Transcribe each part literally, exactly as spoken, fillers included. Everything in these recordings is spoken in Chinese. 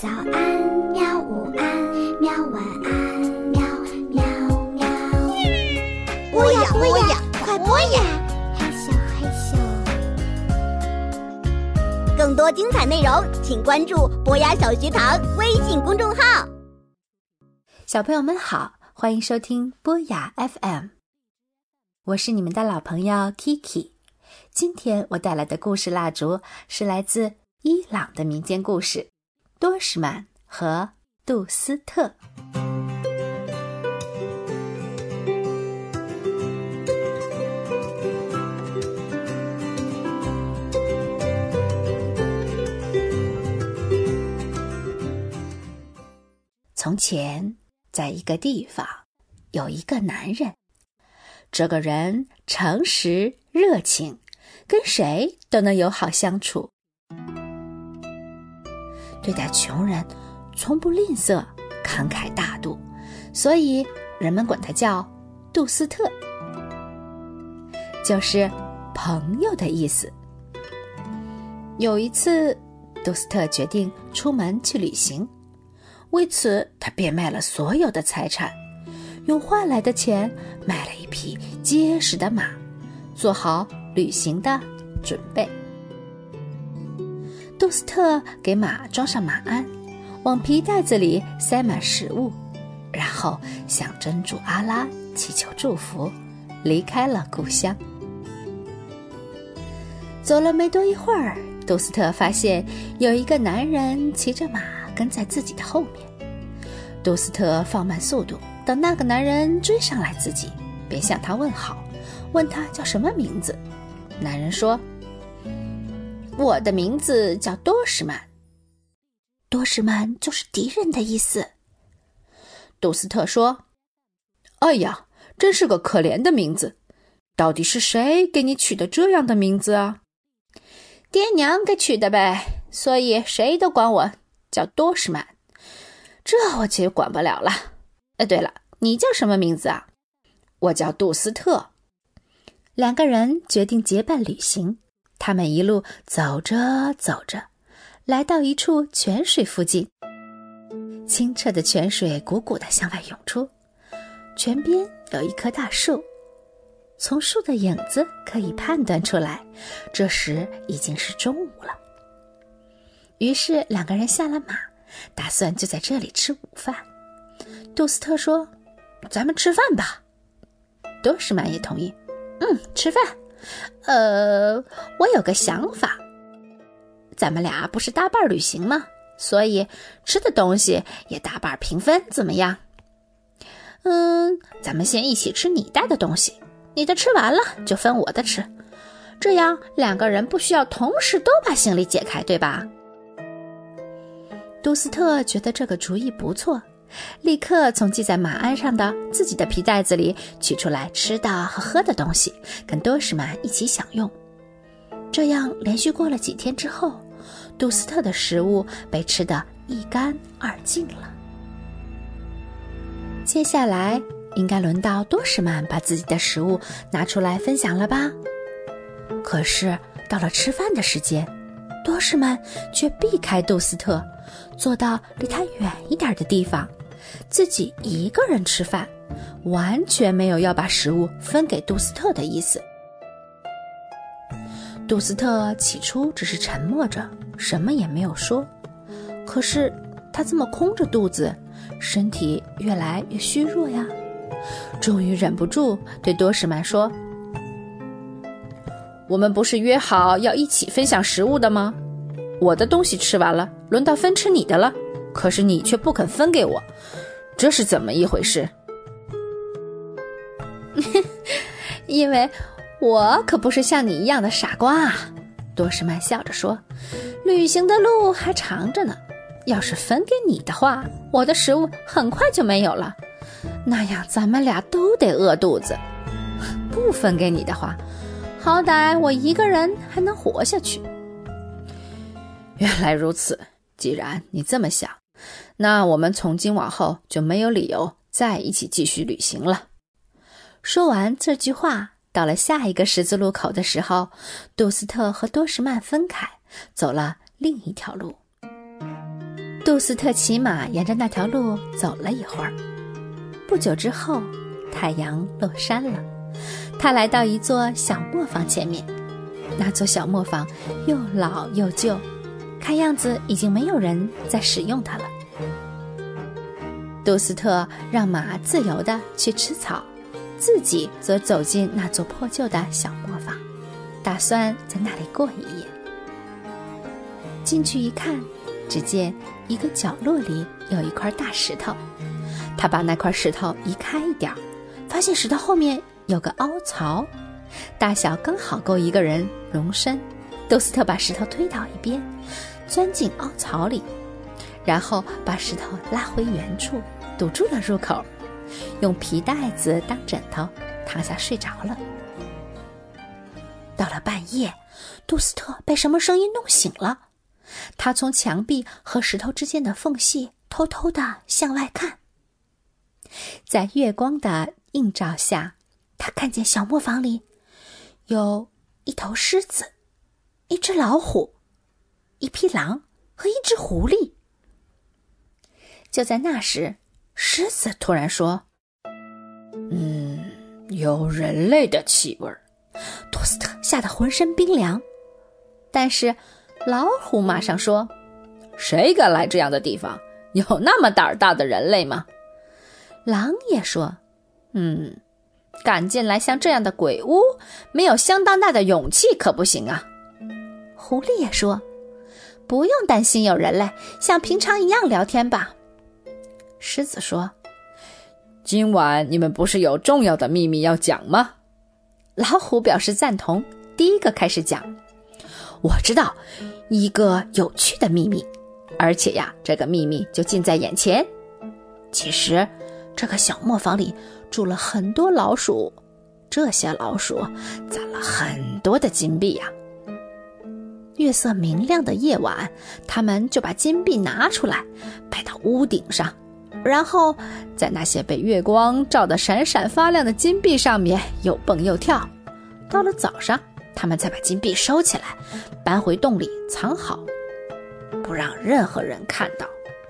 早安喵，午安喵，晚安喵喵喵。 播呀播呀，快播呀！ 害羞害羞。 更多精彩内容，请关注博雅小学堂微信公众号。 小朋友们好，欢迎收听博雅 F M， 我是你们的老朋友 Kiki。今天我带来的故事蜡烛是来自伊朗的民间故事多什曼和杜斯特。从前，在一个地方，有一个男人。这个人诚实热情，跟谁都能友好相处。对待穷人从不吝啬，慷慨大度，所以人们管他叫杜斯特，就是朋友的意思。有一次，杜斯特决定出门去旅行，为此他变卖了所有的财产，用换来的钱买了一匹结实的马，做好旅行的准备。杜斯特给马装上马鞍，往皮袋子里塞满食物，然后向真主阿拉祈求祝福，离开了故乡。走了没多一会儿，杜斯特发现有一个男人骑着马跟在自己的后面。杜斯特放慢速度，等那个男人追上来自己，便向他问好，问他叫什么名字。男人说：我的名字叫多什曼。多什曼就是敌人的意思。杜斯特说：哎呀，真是个可怜的名字，到底是谁给你取的这样的名字啊？爹娘给取的呗，所以谁都管我叫多什曼，这我就管不了了。哎，对了，你叫什么名字啊？我叫杜斯特。两个人决定结伴旅行，他们一路走着走着，来到一处泉水附近。清澈的泉水汩汩地向外涌出，泉边有一棵大树，从树的影子可以判断出来，这时已经是中午了。于是两个人下了马，打算就在这里吃午饭。杜斯特说：咱们吃饭吧。多什曼也同意，嗯，吃饭。呃，我有个想法，咱们俩不是搭伴旅行吗？所以吃的东西也搭伴平分，怎么样？嗯，咱们先一起吃你带的东西，你的吃完了就分我的吃，这样两个人不需要同时都把行李解开，对吧？杜斯特觉得这个主意不错，立刻从系在马鞍上的自己的皮袋子里取出来吃的和喝的东西，跟多什曼一起享用。这样连续过了几天之后，杜斯特的食物被吃得一干二净了。接下来应该轮到多什曼把自己的食物拿出来分享了吧？可是到了吃饭的时间，多什曼却避开杜斯特，坐到离他远一点的地方，自己一个人吃饭，完全没有要把食物分给杜斯特的意思。杜斯特起初只是沉默着，什么也没有说，可是他这么空着肚子，身体越来越虚弱呀。终于忍不住对多什曼说：我们不是约好要一起分享食物的吗？我的东西吃完了，轮到分吃你的了，可是你却不肯分给我，这是怎么一回事？因为我可不是像你一样的傻瓜啊，多什曼笑着说，旅行的路还长着呢，要是分给你的话，我的食物很快就没有了，那样咱们俩都得饿肚子。不分给你的话，好歹我一个人还能活下去。原来如此，既然你这么想，那我们从今往后就没有理由再一起继续旅行了。说完这句话，到了下一个十字路口的时候，杜斯特和多什曼分开，走了另一条路。 杜斯特骑马沿着那条路走了一会儿，不久之后，太阳落山了。他来到一座小磨坊前面，那座小磨坊又老又旧，看样子已经没有人在使用它了。杜斯特让马自由地去吃草，自己则走进那座破旧的小磨坊，打算在那里过一夜。进去一看，只见一个角落里有一块大石头，他把那块石头移开一点，发现石头后面有个凹槽，大小刚好够一个人容身。杜斯特把石头推到一边，钻进凹槽里，然后把石头拉回原处，堵住了入口，用皮带子当枕头，躺下睡着了。到了半夜，杜斯特被什么声音弄醒了，他从墙壁和石头之间的缝隙偷偷地向外看。在月光的映照下，他看见小磨坊里有一头狮子，一只老虎，一匹狼和一只狐狸。就在那时，狮子突然说：嗯，有人类的气味。杜斯特吓得浑身冰凉。但是老虎马上说：谁敢来这样的地方？有那么胆大的人类吗？狼也说：嗯，敢进来像这样的鬼屋，没有相当大的勇气可不行啊。狐狸也说：不用担心有人类，像平常一样聊天吧。狮子说：今晚你们不是有重要的秘密要讲吗？老虎表示赞同，第一个开始讲：我知道一个有趣的秘密，而且呀，这个秘密就近在眼前。其实这个小磨坊里住了很多老鼠，这些老鼠攒了很多的金币呀。月色明亮的夜晚，他们就把金币拿出来摆到屋顶上，然后在那些被月光照得闪闪发亮的金币上面又蹦又跳。到了早上，他们才把金币收起来，搬回洞里藏好，不让任何人看到。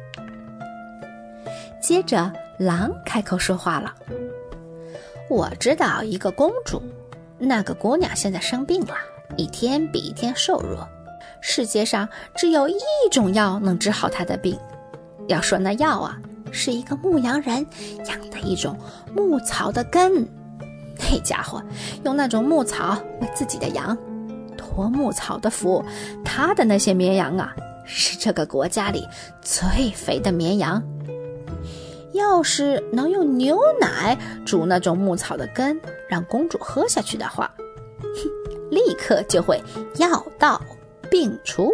接着狼开口说话了：我知道一个公主，那个姑娘现在生病了，一天比一天瘦弱，世界上只有一种药能治好她的病。要说那药啊，是一个牧羊人养的一种牧草的根。那家伙用那种牧草为自己的羊脱牧草的福，他的那些绵羊啊，是这个国家里最肥的绵羊。要是能用牛奶煮那种牧草的根，让公主喝下去的话，立刻就会药到病除。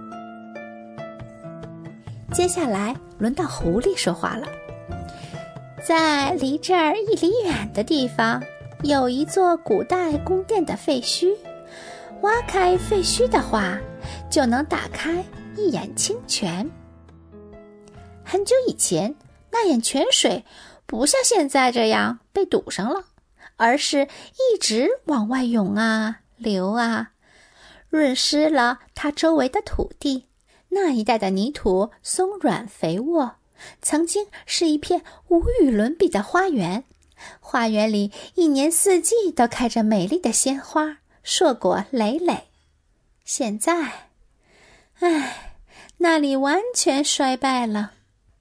接下来轮到狐狸说话了：在离这儿一里远的地方，有一座古代宫殿的废墟，挖开废墟的话，就能打开一眼清泉。很久以前，那眼泉水不像现在这样被堵上了，而是一直往外涌啊流啊，润湿了它周围的土地。那一带的泥土松软肥沃，曾经是一片无与伦比的花园。花园里一年四季都开着美丽的鲜花，硕果累累。现在，唉，那里完全衰败了。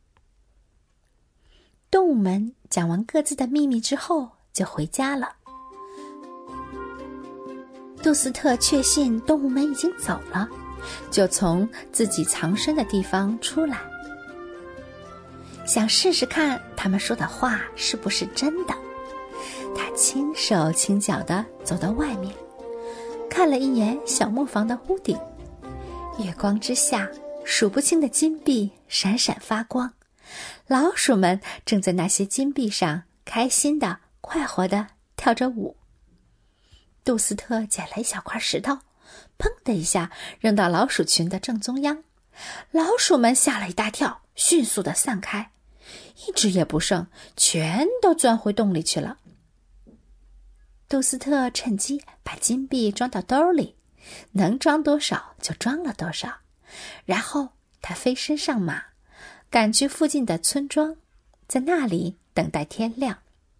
动物们讲完各自的秘密之后，就回家了。杜斯特确信动物们已经走了，就从自己藏身的地方出来，想试试看他们说的话是不是真的。他轻手轻脚地走到外面，看了一眼小磨坊的屋顶，月光之下，数不清的金币闪闪发光，老鼠们正在那些金币上开心地快活地跳着舞。杜斯特捡了一小块石头，砰的一下扔到老鼠群的正中央，老鼠们吓了一大跳，迅速地散开，一只也不剩，全都钻回洞里去了。杜斯特趁机把金币装到兜里，能装多少就装了多少，然后他飞身上马， 赶去附近的村庄，在那里等待天亮。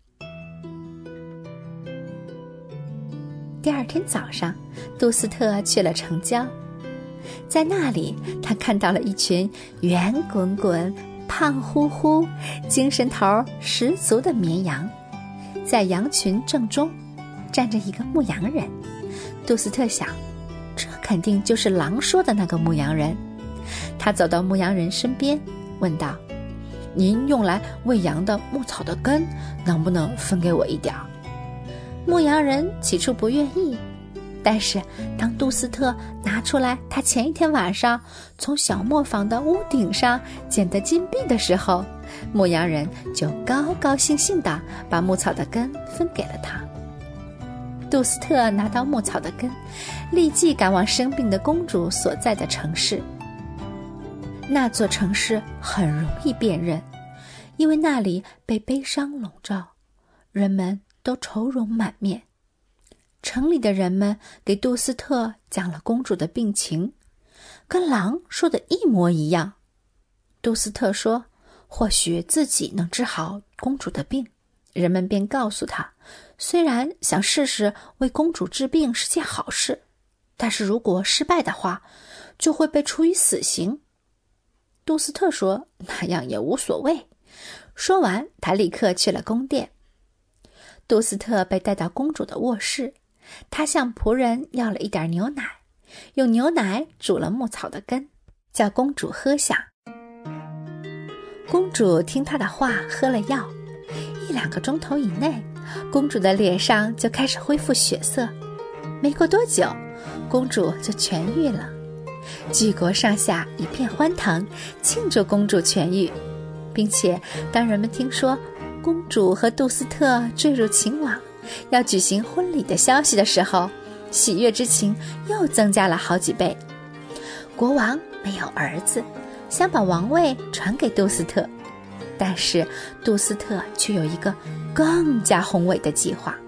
第二天早上，杜斯特去了城郊，在那里他看到了一群圆滚滚、胖乎乎、精神头十足的绵羊，在羊群正中站着一个牧羊人。杜斯特想，这肯定就是狼说的那个牧羊人。他走到牧羊人身边，问道：您用来喂羊的牧草的根，能不能分给我一点儿？牧羊人起初不愿意，但是当杜斯特拿出来他前一天晚上从小磨坊的屋顶上捡的金币的时候，牧羊人就高高兴兴地把牧草的根分给了他。杜斯特拿到牧草的根，立即赶往生病的公主所在的城市。那座城市很容易辨认，因为那里被悲伤笼罩，人们都愁容满面。城里的人们给杜斯特讲了公主的病情，跟狼说的一模一样。杜斯特说，或许自己能治好公主的病。人们便告诉他，虽然想试试为公主治病是件好事，但是如果失败的话，就会被处以死刑。杜斯特说，那样也无所谓。说完，他立刻去了宫殿。杜斯特被带到公主的卧室，他向仆人要了一点牛奶，用牛奶煮了牧草的根，叫公主喝下。公主听他的话，喝了药。一两个钟头以内，公主的脸上就开始恢复血色。没过多久，公主就痊愈了。举国上下一片欢腾，庆祝公主痊愈，并且当人们听说公主和杜斯特坠入情网，要举行婚礼的消息的时候，喜悦之情又增加了好几倍。国王没有儿子，想把王位传给杜斯特，但是杜斯特却有一个更加宏伟的计划。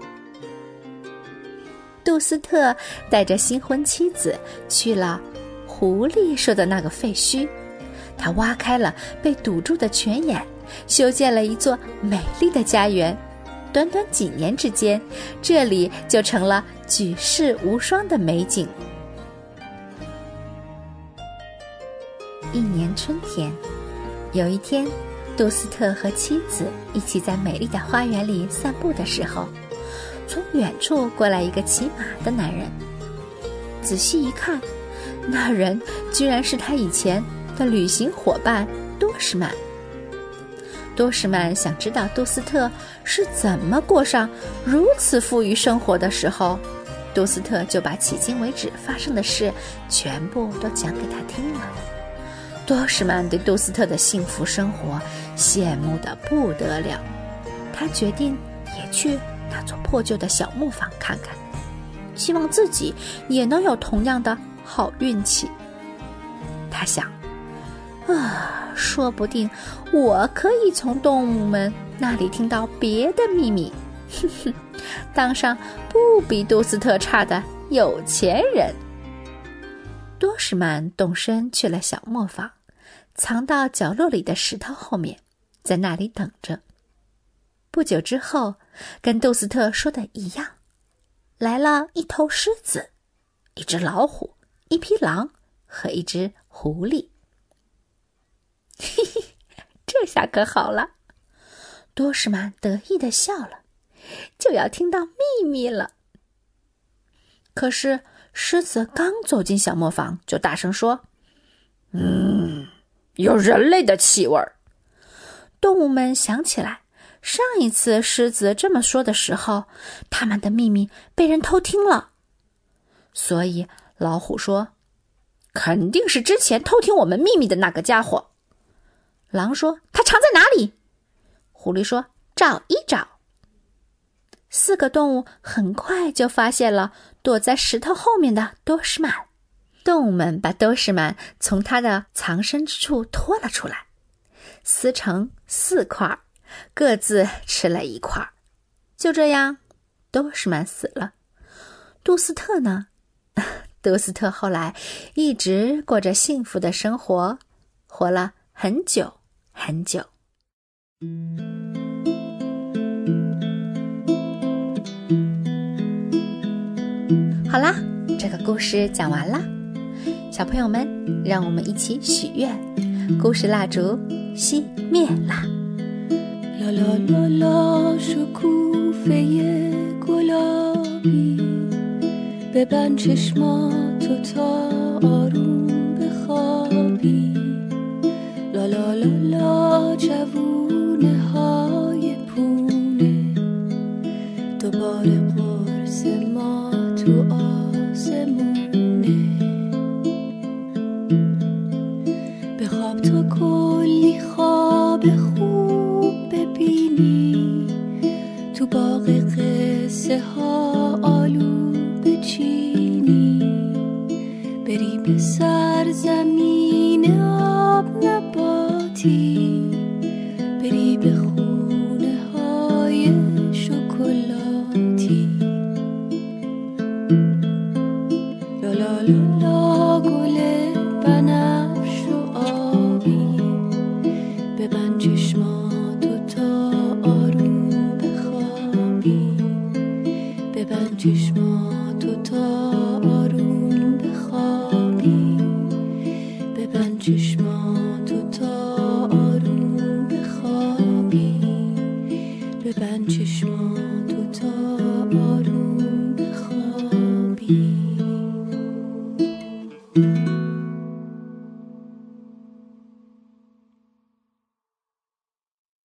杜斯特带着新婚妻子去了狐狸说的那个废墟，他挖开了被堵住的泉眼，修建了一座美丽的家园。短短几年之间，这里就成了举世无双的美景。一年春天，有一天，杜斯特和妻子一起在美丽的花园里散步的时候，从远处过来一个骑马的男人。仔细一看，那人居然是他以前的旅行伙伴多什曼。多什曼想知道杜斯特是怎么过上如此富裕生活的时候，杜斯特就把迄今为止发生的事全部都讲给他听了。多什曼对杜斯特的幸福生活羡慕得不得了，他决定也去那座破旧的小木坊看看，希望自己也能有同样的好运气。他想，啊，说不定我可以从动物们那里听到别的秘密，哼哼，当上不比杜斯特差的有钱人。多什曼动身去了小磨坊，藏到角落里的石头后面，在那里等着。不久之后，跟杜斯特说的一样，来了一头狮子，一只老虎，一匹狼和一只狐狸。嘿嘿，这下可好了，多什曼得意地笑了，就要听到秘密了。可是狮子刚走进小磨坊，就大声说：嗯，有人类的气味儿。动物们想起来，上一次狮子这么说的时候，他们的秘密被人偷听了。所以老虎说，肯定是之前偷听我们秘密的那个家伙。狼说，他藏在哪里？狐狸说，找一找。四个动物很快就发现了躲在石头后面的多什曼。动物们把多什曼从他的藏身之处拖了出来，撕成四块，各自吃了一块。就这样，多什曼死了。杜斯特呢？杜斯特后来一直过着幸福的生活，活了很久很久。好啦，这个故事讲完了，小朋友们，让我们一起许愿，故事蜡烛熄灭啦。 لا لا لا لا شکوفه گلابی ببند چشماتو تا آروم بخوابی لا لا لا لا جوونه های پونه دوباره قرص ما تو آسمونه بخواب تا کلی خواب خوب ببینی تو باغ قصه ها آلو بچینی بری به سرزمین آب نباتی بری به خونه های شکلاتی لا لا لا لا گل بنفش و آبی ببند چشماتو تا آروم بخوابی ببند چشماتو